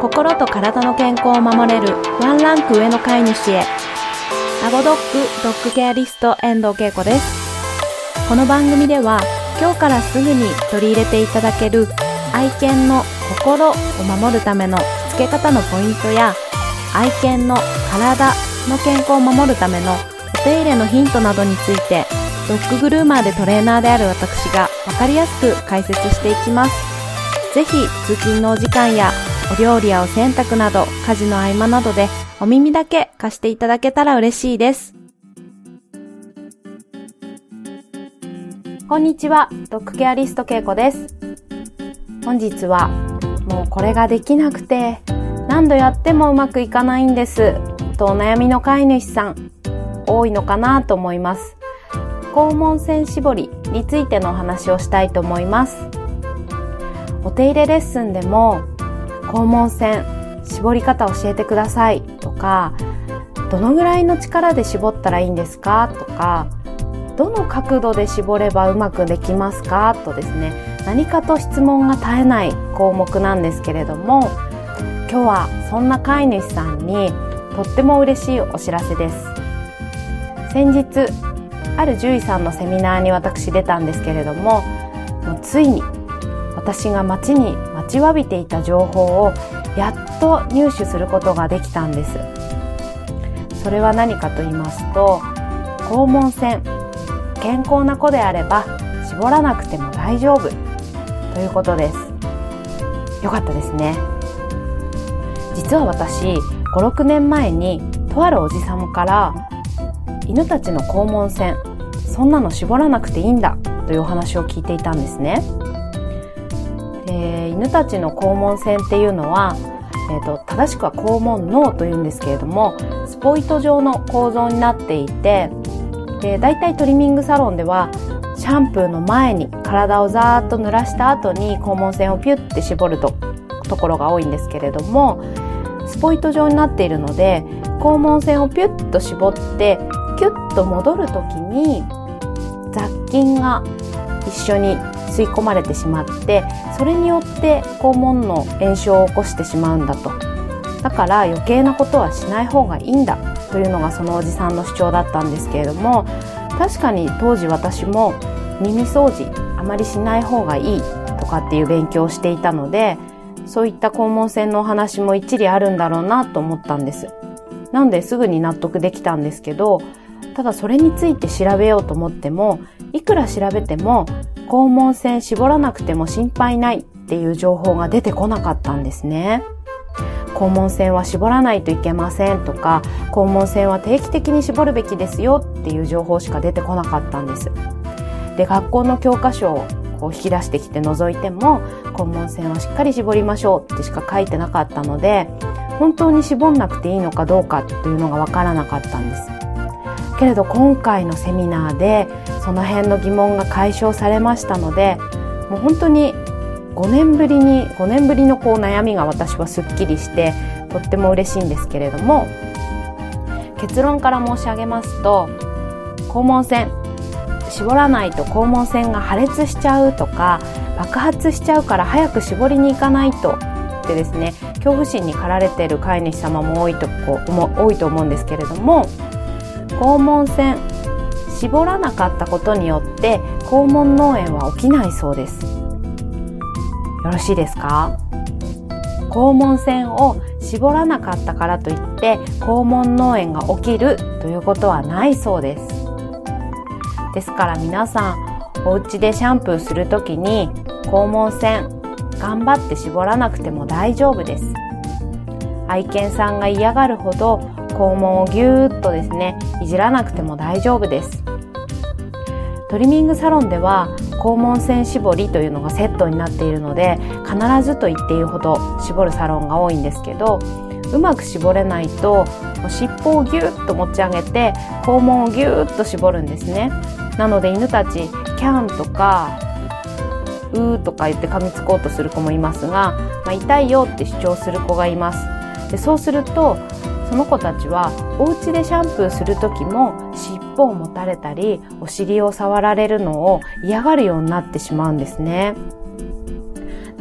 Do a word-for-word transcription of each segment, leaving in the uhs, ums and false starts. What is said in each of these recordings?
心と体の健康を守れるワンランク上の飼い主へ。ラゴドッグドッグケアリスト遠藤恵子です。この番組では今日からすぐに取り入れていただける愛犬の心を守るためのしつけ方のポイントや、愛犬の体の健康を守るためのお手入れのヒントなどについて、ドッググルーマーでトレーナーである私が分かりやすく解説していきます。ぜひ通勤のお時間やお料理やお洗濯など家事の合間などでお耳だけ貸していただけたら嬉しいです。こんにちは、ドッグケアリスト恵子です。本日はもうこれができなくて何度やってもうまくいかないんですとお悩みの飼い主さん多いのかなと思います。肛門腺絞りについてのお話をしたいと思います。お手入れレッスンでも肛門腺絞り方教えてくださいとか、どのぐらいの力で絞ったらいいんですかとか、どの角度で絞ればうまくできますかとですね、何かと質問が絶えない項目なんですけれども、今日はそんな飼い主さんにとっても嬉しいお知らせです。先日ある獣医さんのセミナーに私出たんですけれども、もうついに私が待ちに待ちわびていた情報をやっと入手することができたんです。それは何かと言いますと、肛門腺、健康な子であれば絞らなくても大丈夫ということです。よかったですね。実は私ご、ろくねんまえにとあるおじさまから犬たちの肛門腺、そんなの絞らなくていいんだというお話を聞いていたんですね。えー、犬たちの肛門腺っていうのは、えーと、正しくは肛門脳というんですけれども、スポイト状の構造になっていて、でだいたいトリミングサロンではシャンプーの前に体をざーっと濡らした後に肛門腺をピュッて絞る と, ところが多いんですけれども、スポイト状になっているので肛門腺をピュッと絞ってキュッと戻るときに雑菌が一緒に吸い込まれてしまって、それによって肛門の炎症を起こしてしまうんだと。だから余計なことはしない方がいいんだというのがそのおじさんの主張だったんですけれども、確かに当時私も耳掃除あまりしない方がいいとかっていう勉強をしていたので、そういった肛門腺のお話も一理あるんだろうなと思ったんです。なのですぐに納得できたんですけど、ただそれについて調べようと思っても、いくら調べても肛門腺絞らなくても心配ないっていう情報が出てこなかったんですね。肛門腺は絞らないといけませんとか、肛門腺は定期的に絞るべきですよっていう情報しか出てこなかったんです。で、学校の教科書をこう引き出してきて覗いても、肛門腺はしっかり絞りましょうってしか書いてなかったので、本当に絞んなくていいのかどうかっていうのがわからなかったんです。けれど今回のセミナーでその辺の疑問が解消されましたので、もう本当にごねんぶりにごねんぶりのこう悩みが私はすっきりしてとっても嬉しいんですけれども、結論から申し上げますと、肛門腺絞らないと肛門腺が破裂しちゃうとか爆発しちゃうから早く絞りに行かないとってですね、恐怖心に駆られている飼い主様も多いとこ多いと思うんですけれども、肛門腺絞らなかったことによって肛門脳炎は起きないそうです。よろしいですか？肛門腺を絞らなかったからといって肛門脳炎が起きるということはないそうです。ですから皆さん、お家でシャンプーするときに肛門腺頑張って絞らなくても大丈夫です。愛犬さんが嫌がるほど肛門をぎゅーっとですね、いじらなくても大丈夫です。トリミングサロンでは肛門腺絞りというのがセットになっているので、必ずと言っていいほど絞るサロンが多いんですけど、うまく絞れないと尻尾をぎゅーっと持ち上げて肛門をぎゅーっと絞るんですね。なので犬たちキャンとかうーとか言って噛みつこうとする子もいますが、まあ、痛いよって主張する子がいます。でそうするとその子たちはお家でシャンプーする時も尻尾を持たれたりお尻を触られるのを嫌がるようになってしまうんですね。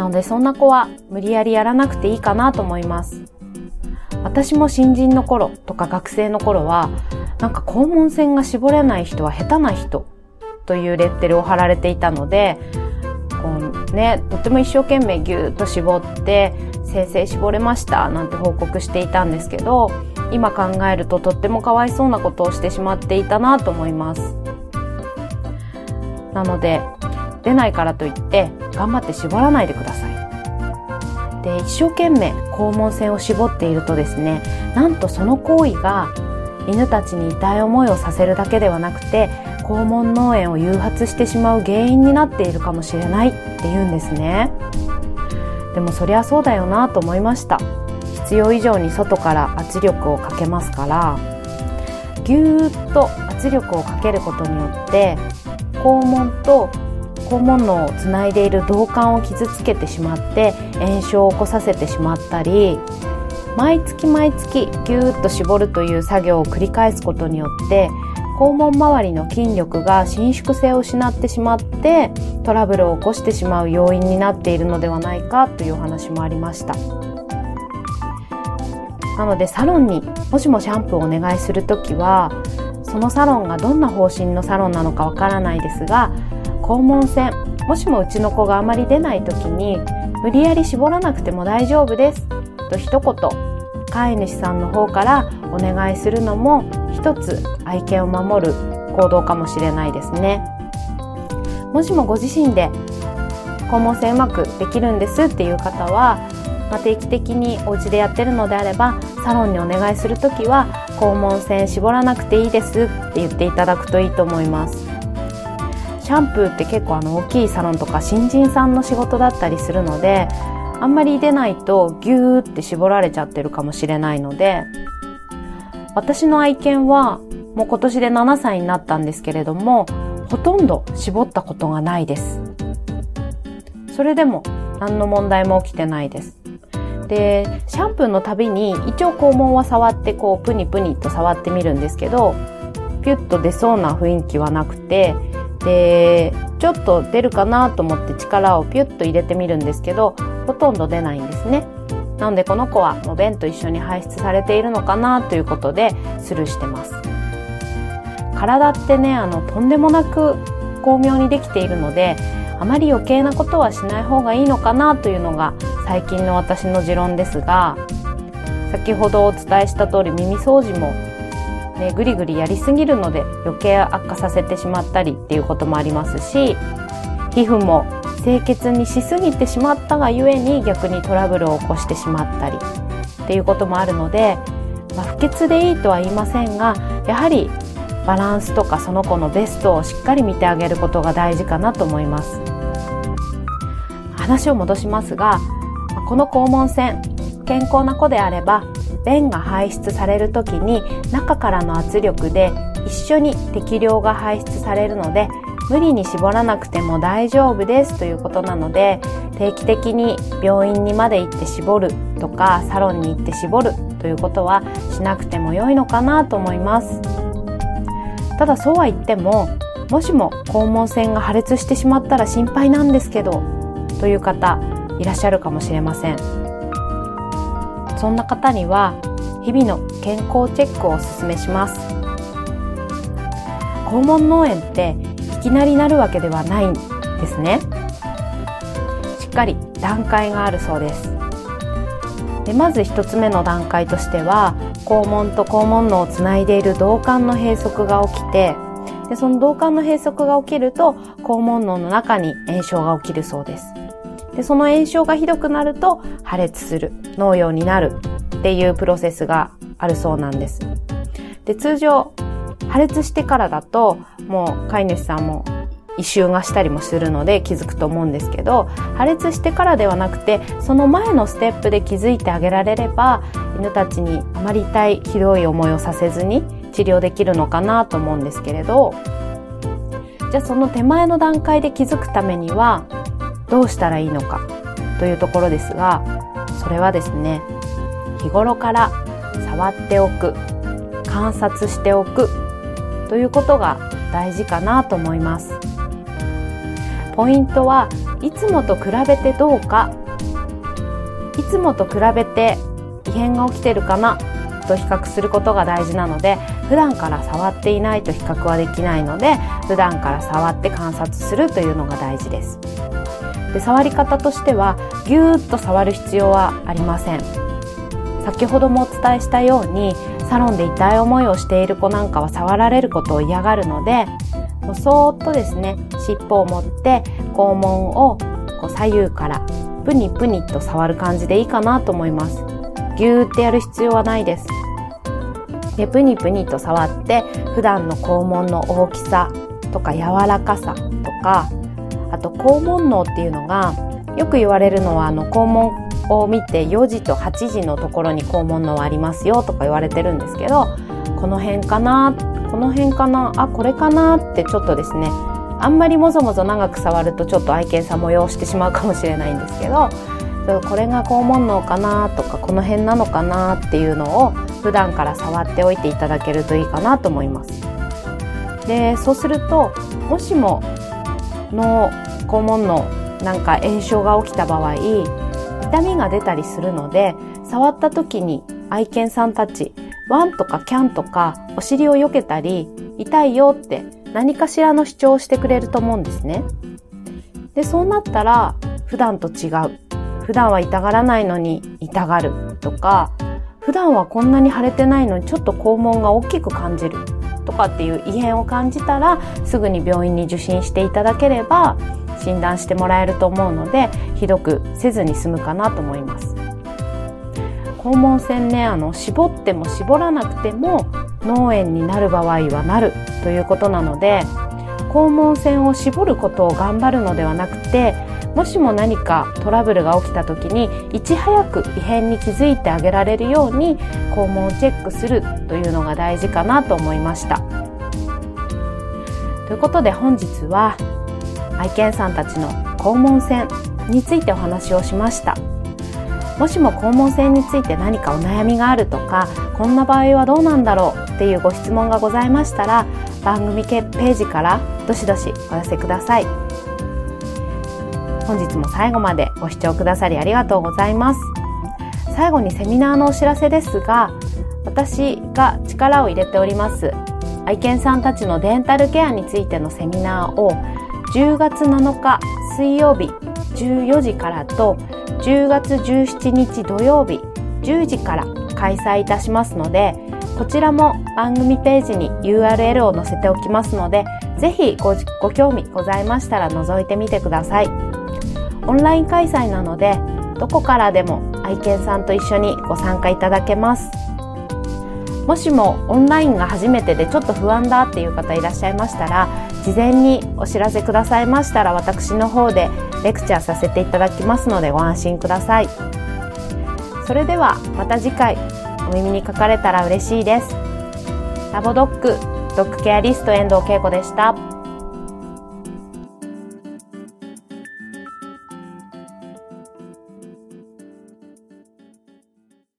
なのでそんな子は無理やりやらなくていいかなと思います。私も新人の頃とか学生の頃は、なんか肛門腺が絞れない人は下手な人というレッテルを貼られていたので、こうね、とっても一生懸命ギューッと絞って先生絞れましたなんて報告していたんですけど、今考えるととってもかわいそうなことをしてしまっていたなと思います。なので出ないからといって頑張って絞らないでください。で、一生懸命肛門腺を絞っているとですね、なんとその行為が犬たちに痛い思いをさせるだけではなくて、肛門脳炎を誘発してしまう原因になっているかもしれないっていうんですね。でもそりゃそうだよなと思いました。必要以上に外から圧力をかけますから、ぎゅーっと圧力をかけることによって肛門と肛門脳をつないでいる導管を傷つけてしまって炎症を起こさせてしまったり、毎月毎月ぎゅーっと絞るという作業を繰り返すことによって肛門周りの筋力が伸縮性を失ってしまってトラブルを起こしてしまう要因になっているのではないかというお話もありました。なのでサロンにもしもシャンプーをお願いするときは、そのサロンがどんな方針のサロンなのかわからないですが、肛門腺、もしもうちの子があまり出ないときに無理やり絞らなくても大丈夫ですと一言飼い主さんの方からお願いするのも一つ愛犬を守る行動かもしれないですね。もしもご自身で肛門腺うまくできるんですっていう方は、まあ、定期的にお家でやってるのであればサロンにお願いするときは肛門腺絞らなくていいですって言っていただくといいと思います。シャンプーって結構あの大きいサロンとか新人さんの仕事だったりするので、あんまり出ないとギューって絞られちゃってるかもしれないので、私の愛犬はもう今年でななさいになったんですけれども、ほとんど絞ったことがないです。それでも何の問題も起きてないです。で、シャンプーのたびに一応肛門は触ってこうプニプニと触ってみるんですけど、ピュッと出そうな雰囲気はなくて、でちょっと出るかなと思って力をピュッと入れてみるんですけど、ほとんど出ないんですね。なのでこの子はもう便と一緒に排出されているのかなということでスルーしてます。体ってね、あのとんでもなく巧妙にできているので、あまり余計なことはしない方がいいのかなというのが最近の私の持論ですが、先ほどお伝えした通り耳掃除もね、ぐりぐりやりすぎるので余計悪化させてしまったりっていうこともありますし、皮膚も清潔にしすぎてしまったがゆえに逆にトラブルを起こしてしまったりっていうこともあるので、まあ、不潔でいいとは言いませんが、やはりバランスとかその子のベストをしっかり見てあげることが大事かなと思います。話を戻しますが、この肛門腺、健康な子であれば便が排出されるときに中からの圧力で一緒に適量が排出されるので、無理に絞らなくても大丈夫ですということなので、定期的に病院にまで行って絞るとかサロンに行って絞るということはしなくても良いのかなと思います。ただそうは言っても、もしも肛門腺が破裂してしまったら心配なんですけどという方いらっしゃるかもしれません。そんな方には日々の健康チェックをお勧めします。肛門脳炎っていきなりなるわけではないんですね。しっかり段階があるそうです。で、まず一つ目の段階としては、肛門と肛門脳をつないでいる導管の閉塞が起きて、でその導管の閉塞が起きると肛門脳の中に炎症が起きるそうです。でその炎症がひどくなると破裂する、脳瘍になるっていうプロセスがあるそうなんです。で通常破裂してからだともう飼い主さんも異臭がしたりもするので気づくと思うんですけど、破裂してからではなくてその前のステップで気づいてあげられれば、犬たちにあまり痛いひどい思いをさせずに治療できるのかなと思うんですけれど、じゃあその手前の段階で気づくためにはどうしたらいいのかというところですが、それはですね、日頃から触っておく、観察しておくということが大事かなと思います。ポイントはいつもと比べてどうか、いつもと比べて異変が起きてるかなと比較することが大事なので、普段から触っていないと比較はできないので、普段から触って観察するというのが大事です。で、触り方としてはぎゅーっと触る必要はありません。先ほどもお伝えしたように、サロンで痛い思いをしている子なんかは触られることを嫌がるので、もうそーっとですね、尻尾を持って肛門をこう左右からプニプニと触る感じでいいかなと思います。ぎゅーってやる必要はないです。で、プニプニと触って普段の肛門の大きさとか柔らかさとか、あと肛門脳っていうのがよく言われるのは、あの肛門を見てよじとはちじのところに肛門脳ありますよとか言われてるんですけど、この辺かな、この辺かな、あ、これかなってちょっとですね、あんまりもぞもぞ長く触るとちょっと愛犬さん催してしまうかもしれないんですけど、これが肛門脳かなとか、この辺なのかなっていうのを普段から触っておいていただけるといいかなと思います。で、そうすると、もしも脳、肛門脳なんか炎症が起きた場合、痛みが出たりするので、触った時に愛犬さんたちワンとかキャンとかお尻を避けたり、痛いよって何かしらの主張をしてくれると思うんですね。で、そうなったら普段と違う、普段は痛がらないのに痛がるとか、普段はこんなに腫れてないのにちょっと肛門が大きく感じるとかっていう異変を感じたら、すぐに病院に受診していただければ診断してもらえると思うので、ひどくせずに済むかなと思います。肛門腺ね、あの絞っても絞らなくても脳炎になる場合はなるということなので、肛門腺を絞ることを頑張るのではなくて、もしも何かトラブルが起きた時にいち早く異変に気づいてあげられるように肛門をチェックするというのが大事かなと思いました。ということで、本日は愛犬さんたちの肛門腺についてお話をしました。もしも肛門腺について何かお悩みがあるとか、こんな場合はどうなんだろうっていうご質問がございましたら、番組ページからどしどしお寄せください。本日も最後までご視聴くださりありがとうございます。最後にセミナーのお知らせですが、私が力を入れております愛犬さんたちのデンタルケアについてのセミナーをじゅうがつなのか水曜日じゅうよじからとじゅうがつじゅうしちにち土曜日じゅうじから開催いたしますので、こちらも番組ページに ユーアールエル を載せておきますので、ぜひ ご, ご興味ございましたら覗いてみてください。オンライン開催なので、どこからでも愛犬さんと一緒にご参加いただけます。もしもオンラインが初めてでちょっと不安だっていう方いらっしゃいましたら、事前にお知らせくださいましたら、私の方でレクチャーさせていただきますのでご安心ください。それではまた次回お耳にかかれたら嬉しいです。ラボドッグドッグケアリスト遠藤恵子でした。